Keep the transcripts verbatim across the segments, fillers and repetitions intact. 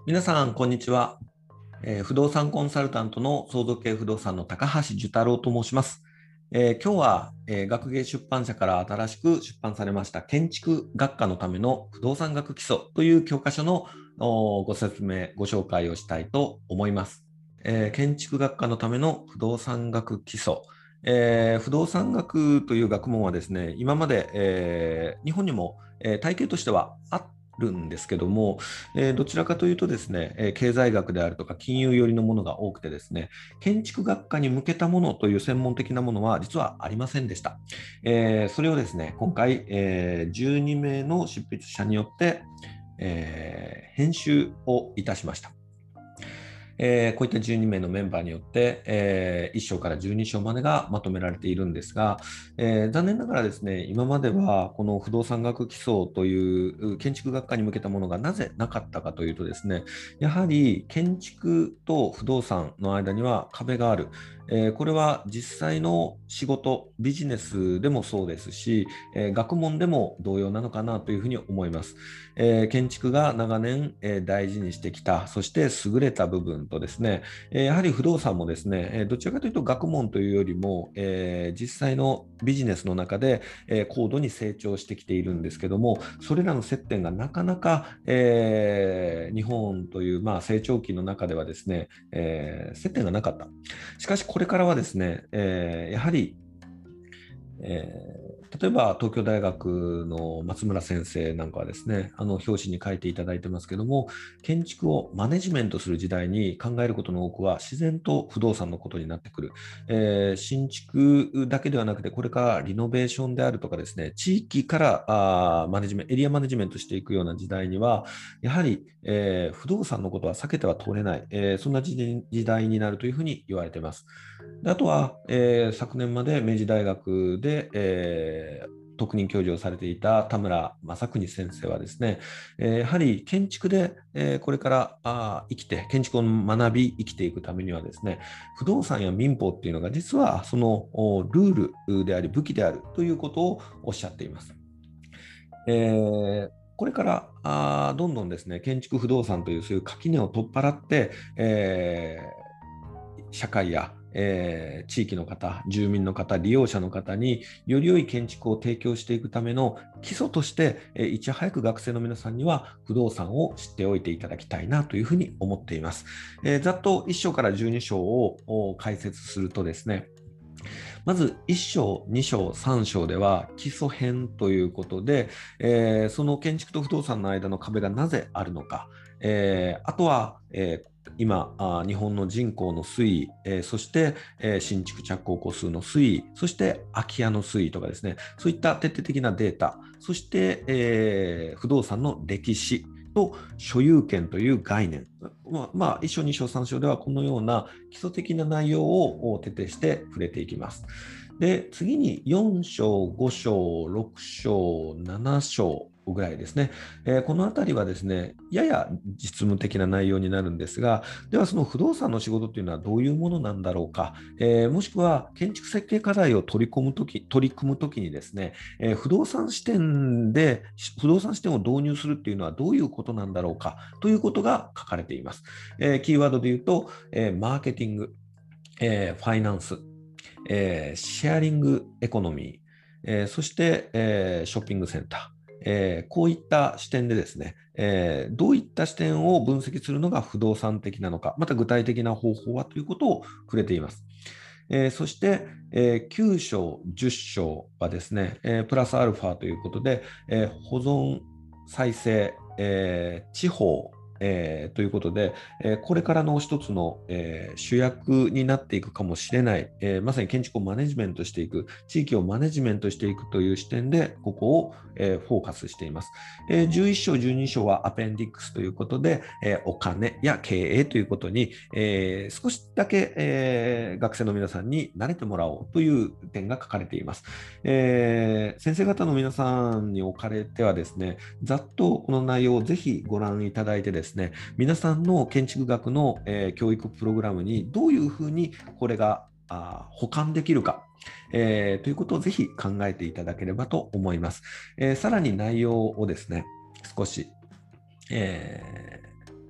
皆さん、こんにちは。えー不動産コンサルタントの相続系不動産の高橋寿太郎と申します。えー今日は、えー学芸出版社から新しく出版されました建築学科のための不動産学基礎という教科書のおご説明、ご紹介をしたいと思います。えー建築学科のための不動産学基礎。えー不動産学という学問はですね、今まで、えー日本にも、えー体系としてはあるんですけども、えーどちらかというとですね、えー経済学であるとか金融寄りのものが多くてですね、建築学科に向けたものという専門的なものは実はありませんでした。えーそれをですね、今回、えーじゅうにめいの執筆者によって、えー編集をいたしました。えーこういったじゅうにめいのメンバーによって、えーいっ章からじゅうに章までがまとめられているんですが、えー残念ながらですね、今まではこの不動産学基礎という建築学科に向けたものがなぜなかったかというとですね、やはり建築と不動産の間には壁がある。えーこれは実際の仕事、ビジネスでもそうですし、えー学問でも同様なのかなというふうに思います。えー建築が長年、えー大事にしてきた、そして優れた部分とですね、えーやはり不動産もですね、えーどちらかというと学問というよりも、えー実際のビジネスの中で、えー高度に成長してきているんですけども、それらの接点がなかなか、えー日本という、まあ、成長期の中ではですね、えー接点がなかった。しかしこれからはですね、えーやはりえー例えば東京大学の松村先生なんかはですね、あの表紙に書いていただいてますけども、建築をマネジメントする時代に考えることの多くは自然と不動産のことになってくる。えー新築だけではなくて、これからリノベーションであるとかですね、地域からあーマネジメント、エリアマネジメントしていくような時代には、やはり、えー不動産のことは避けては通れない、えーそんな時代になるというふうに言われています。であとは、えー昨年まで明治大学で、えー特任教授をされていた田村正邦先生はですね、えーやはり建築で、えーこれからあ生きて、建築を学び生きていくためにはですね、不動産や民法っていうのが実はそのルールであり武器であるということをおっしゃっています。えーこれからあどんどんですね、建築不動産というそういう垣根を取っ払って、えー社会や、えー地域の方、住民の方、利用者の方により良い建築を提供していくための基礎として、えーいち早く学生の皆さんには不動産を知っておいていただきたいなというふうに思っています。えーざっといっ章からじゅうに章を解説するとですね、まずいっ章、に章、さん章では基礎編ということで、えーその建築と不動産の間の壁がなぜあるのか、えーあとは、えー今あ、日本の人口の推移、えーそして、えー新築着工戸数の推移、そして空き家の推移とかですね、そういった徹底的なデータ、そして、えー不動産の歴史と所有権という概念、まあ、まあ、いっ章、に章、さん章ではこのような基礎的な内容を徹底して触れていきます。で、次によん章、ご章、ろく章、なな章ぐらいですね。えーこのあたりはですね、やや実務的な内容になるんですが、ではその不動産の仕事というのはどういうものなんだろうか、えーもしくは建築設計課題を取り込むとき、取り組むときにですね、えー不動産視点で、不動産視点を導入するっていうのはどういうことなんだろうかということが書かれています。えーキーワードで言うと、えーマーケティング、えーファイナンス、えーシェアリングエコノミー、えーそして、えーショッピングセンター、えーこういった視点でですね、えーどういった視点を分析するのが不動産的なのか、また具体的な方法はということを触れています。えーそして、えーきゅう章、じゅっ章はですね、えープラスアルファということで、えー保存、再生、えー地方、えーということで、えーこれからの一つの、えー主役になっていくかもしれない、えーまさに建築をマネジメントしていく、地域をマネジメントしていくという視点で、ここを、えーフォーカスしています。えーじゅういっ章、じゅうに章はアペンディックスということで、えーお金や経営ということに、えー少しだけ、えー学生の皆さんに慣れてもらおうという点が書かれています。えー先生方の皆さんにおかれてはですね、ざっとこの内容をぜひご覧いただいてですね、皆さんの建築学の、えー教育プログラムにどういうふうにこれがあ補完できるか、えーということをぜひ考えていただければと思います。えーさらに内容をですね、少し、えー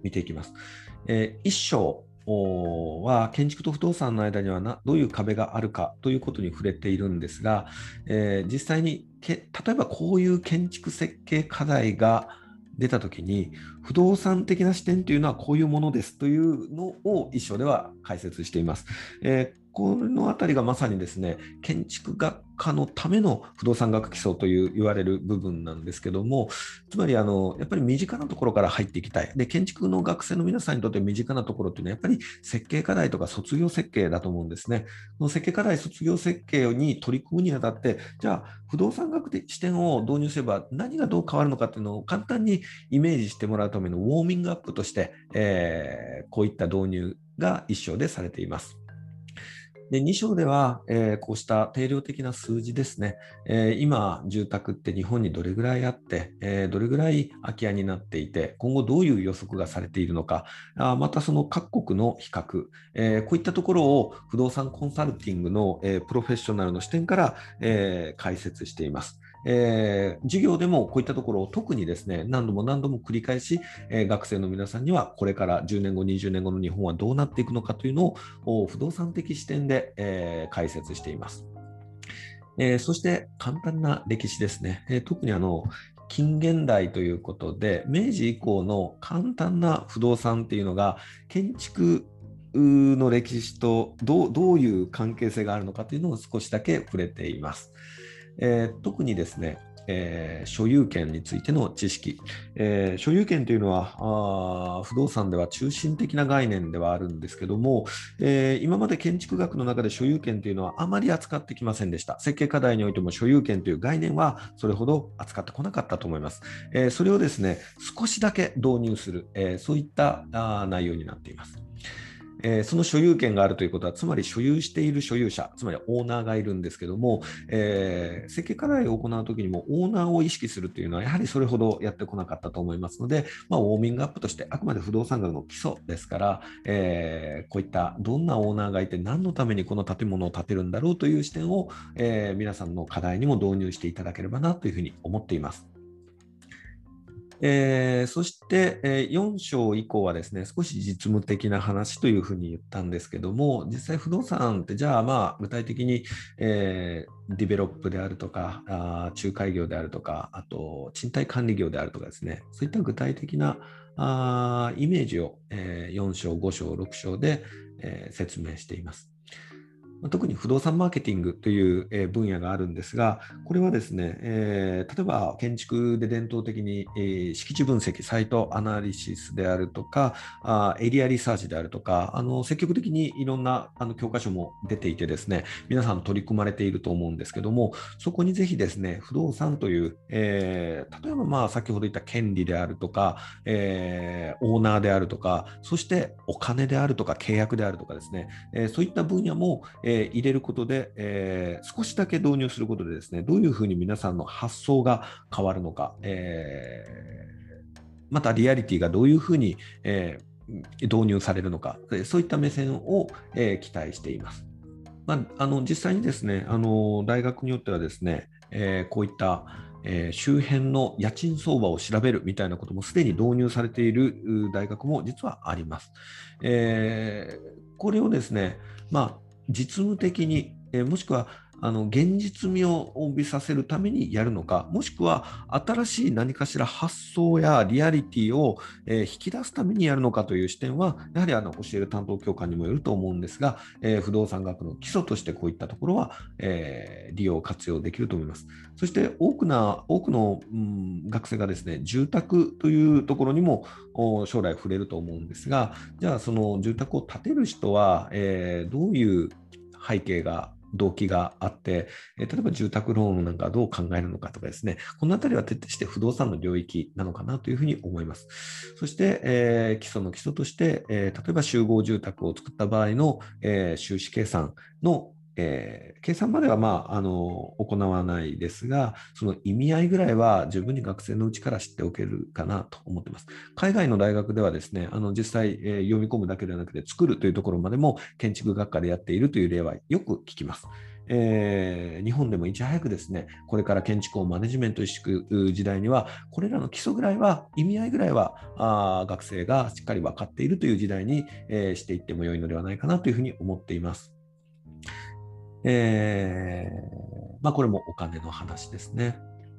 見ていきます。えー、一章は建築と不動産の間にはなどういう壁があるかということに触れているんですが、えー、実際にけ例えばこういう建築設計課題が出たときに、不動産的な視点というのはこういうものですというのを一章では解説しています。えーこのあたりがまさにですね、建築学科のための不動産学基礎という言われる部分なんですけども、つまりあのやっぱり身近なところから入っていきたい。で、建築の学生の皆さんにとって身近なところっていうのはやっぱり設計課題とか卒業設計だと思うんですね。この設計課題、卒業設計に取り組むにあたって、じゃあ不動産学的視点を導入すれば何がどう変わるのかっていうのを簡単にイメージしてもらうためのウォーミングアップとして、えー、こういった導入が一章でされています。でに章では、えー、こうした定量的な数字ですね、えー、今、住宅って日本にどれぐらいあって、えー、どれぐらい空き家になっていて、今後どういう予測がされているのか、あまたその各国の比較、えー、こういったところを不動産コンサルティングの、えー、プロフェッショナルの視点から、えー、解説しています。えー、授業でもこういったところを特にですね、何度も何度も繰り返し、えー、学生の皆さんにはこれからじゅうねんご、にじゅうねんごの日本はどうなっていくのかというのを不動産的視点で、えー、解説しています。えー、そして簡単な歴史ですね。えー、特にあの近現代ということで、明治以降の簡単な不動産っていうのが建築の歴史とどう、どういう関係性があるのかというのを少しだけ触れています。えー、特にですね、えー、所有権についての知識、えー、所有権というのはあ不動産では中心的な概念ではあるんですけども、えー、今まで建築学の中で所有権というのはあまり扱ってきませんでした。設計課題においても所有権という概念はそれほど扱ってこなかったと思います。えー、それをですね、少しだけ導入する、えー、そういったあ内容になっています。えー、その所有権があるということは、つまり所有している所有者、つまりオーナーがいるんですけども、えー、設計課題を行うときにもオーナーを意識するというのは、やはりそれほどやってこなかったと思いますので、まあ、ウォーミングアップとして、あくまで不動産学の基礎ですから、えー、こういったどんなオーナーがいて、何のためにこの建物を建てるんだろうという視点を、えー、皆さんの課題にも導入していただければなというふうに思っています。えー、そして、えー、よん章以降はですね、少し実務的な話というふうに言ったんですけども、実際不動産ってじゃあまあ具体的に、えー、ディベロップであるとか、あ仲介業であるとか、あと賃貸管理業であるとかですね、そういった具体的なあイメージを、えー、よん章、ご章、ろく章で、えー、説明しています。特に不動産マーケティングという分野があるんですが、これはですね、えー、例えば建築で伝統的に、えー、敷地分析、サイトアナリシスであるとか、あエリアリサーチであるとか、あの積極的にいろんなあの教科書も出ていてですね、皆さん取り組まれていると思うんですけども、そこにぜひですね、不動産という、えー、例えばまあ先ほど言った権利であるとか、えー、オーナーであるとか、そしてお金であるとか契約であるとかですね、えー、そういった分野も、えー、入れることで、えー、少しだけ導入することでですね、どういうふうに皆さんの発想が変わるのか、えー、またリアリティがどういうふうに、えー、導入されるのか、そういった目線を、えー、期待しています。まあ、あの実際にですね、あの大学によってはですね、えー、こういったえー、周辺の家賃相場を調べるみたいなこともすでに導入されている大学も実はあります。えー、これをですね、まあ、実務的に、えー、もしくはあの現実味を帯びさせるためにやるのか、もしくは新しい何かしら発想やリアリティを、えー、引き出すためにやるのかという視点は、やはりあの教える担当教官にもよると思うんですが、えー、不動産学の基礎としてこういったところは、えー、利用活用できると思います。そして多くな多くの、うん、学生がですね、住宅というところにも将来触れると思うんですが、じゃあその住宅を建てる人は、えー、どういう背景が動機があって、例えば住宅ローンなんかどう考えるのかとかですね、このあたりは徹底して不動産の領域なのかなというふうに思います。そして、えー、基礎の基礎として、えー、例えば集合住宅を作った場合の、えー、収支計算のえー、計算までは、まあ、あの行わないですが、その意味合いぐらいは十分に学生のうちから知っておけるかなと思っています。海外の大学ではですね、あの実際、えー、読み込むだけではなくて作るというところまでも建築学科でやっているという例はよく聞きます。 えー日本でもいち早くですね、これから建築をマネジメントしていく時代には、これらの基礎ぐらいは、意味合いぐらいはあ学生がしっかり分かっているという時代に、えーしていっても良いのではないかなというふうに思っています。えーまあ、これもお金の話ですね。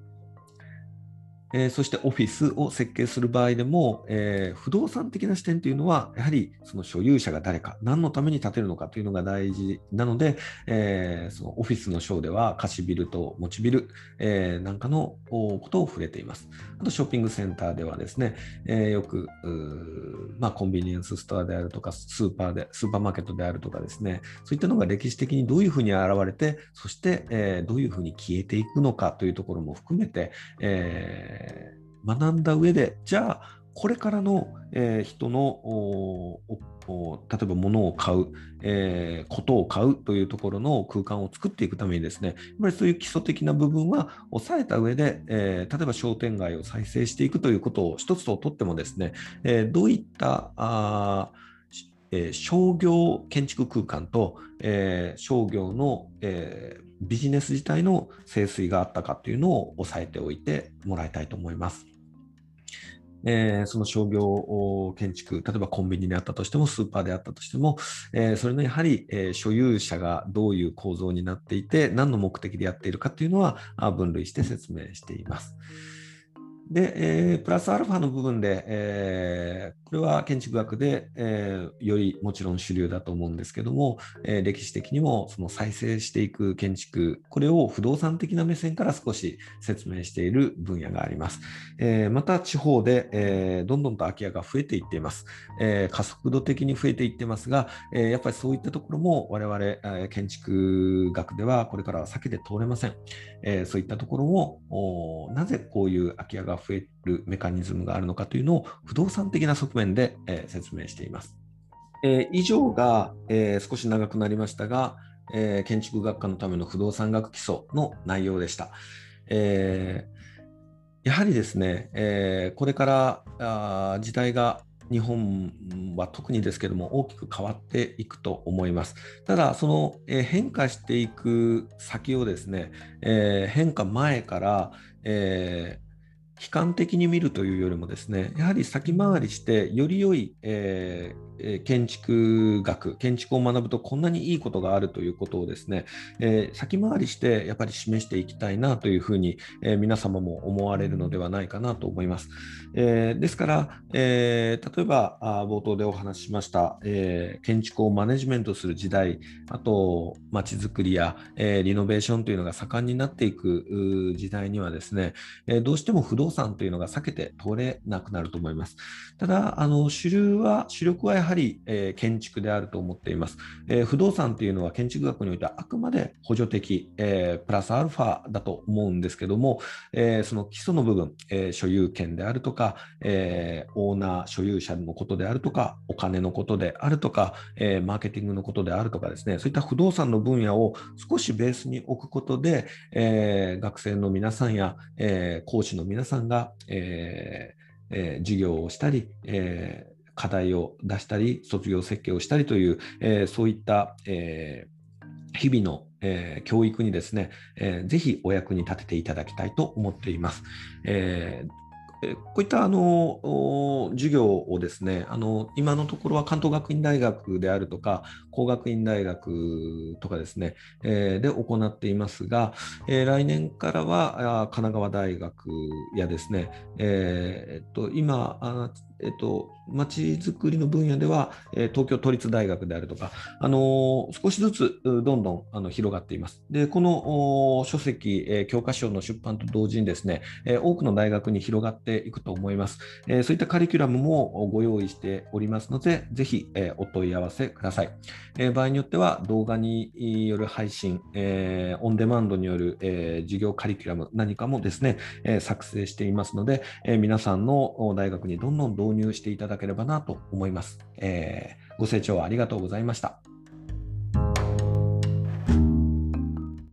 えーそしてオフィスを設計する場合でも、えー不動産的な視点というのは、やはりその所有者が誰か、何のために建てるのかというのが大事なので、えーそのオフィスの章では貸しビルと持ちビル、えーなんかのことを触れています。あとショッピングセンターではですね、えーよく、まあ、コンビニエンスストアであるとか、スーパーで、スーパーマーケットであるとかですね、そういったのが歴史的にどういうふうに現れて、そして、えーどういうふうに消えていくのかというところも含めて、えー学んだ上で、じゃあ、これからの、えー人のおお例えば物を買う、えーことを買うというところの空間を作っていくためにですね、やっぱりそういう基礎的な部分は抑えた上で、えー例えば商店街を再生していくということを一つととってもですね、えーどういったあえー商業建築空間と、えー商業の、えービジネス自体の盛衰があったかというのを押さえておいてもらいたいと思います。えーその商業建築、例えばコンビニであったとしても、スーパーであったとしても、えーそれのやはり、えー所有者がどういう構造になっていて、何の目的でやっているかというのはあ分類して説明しています。で、えープラスアルファの部分で、えーこれは建築学で、えーよりもちろん主流だと思うんですけども、えー歴史的にもその再生していく建築、これを不動産的な目線から少し説明している分野があります。えーまた地方で、えーどんどんと空き家が増えていっています。えー加速度的に増えていってますが、えーやっぱりそういったところも我々、えー建築学ではこれからは避けて通れません。えーそういったところをなぜこういう空き家が増えるメカニズムがあるのかというのを不動産的な側面で、えー説明しています。えー以上が、えー少し長くなりましたが、えー建築学科のための不動産学基礎の内容でした。えーやはりですね、えーこれからあ時代が日本は特にですけども大きく変わっていくと思います。ただ、その、えー変化していく先をですね、えー変化前から、えー悲観的に見るというよりもですね、やはり先回りしてより良い、えーえー建築学、建築を学ぶとこんなにいいことがあるということをですね、えー先回りしてやっぱり示していきたいなというふうに、えー皆様も思われるのではないかなと思います。えーですから、えー例えばあ冒頭でお話ししました、えー建築をマネジメントする時代、あとまちづくりや、えーリノベーションというのが盛んになっていく時代にはですね、えーどうしても不動産というのが避けて通れなくなると思います。ただ、あの主流は、主力はやはり、えー建築であると思っています。えー不動産というのは建築学においてはあくまで補助的、えープラスアルファだと思うんですけども、えーその基礎の部分、えー所有権であるとか、えーオーナー、所有者のことであるとか、お金のことであるとか、えーマーケティングのことであるとかですね、そういった不動産の分野を少しベースに置くことで、えー学生の皆さんや、えー講師の皆さんが、えーえー授業をしたり、えー課題を出したり、卒業設計をしたりという、えーそういった、えー日々の、えー教育にですね、えーぜひお役に立てていただきたいと思っています。えーえこういったあの授業をですね、あの今のところは関東学院大学であるとか、工学院大学とかですね、えーで行っていますが、えー来年からはあ神奈川大学やですね、えーえっと、今、あえっと、まちづくりの分野では、えー東京都立大学であるとか、あの少しずつどんどんあの広がっています。で、この書籍、えー教科書の出版と同時にですね、えー多くの大学に広がっていくと思います。えーそういったカリキュラムもご用意しておりますので、ぜひ、えーお問い合わせください。えー場合によっては動画による配信、えーオンデマンドによる、えー授業カリキュラム何かもですね、えー作成していますので、えー皆さんの大学にどんどん導入していただければなと思います。えーご清聴ありがとうございました。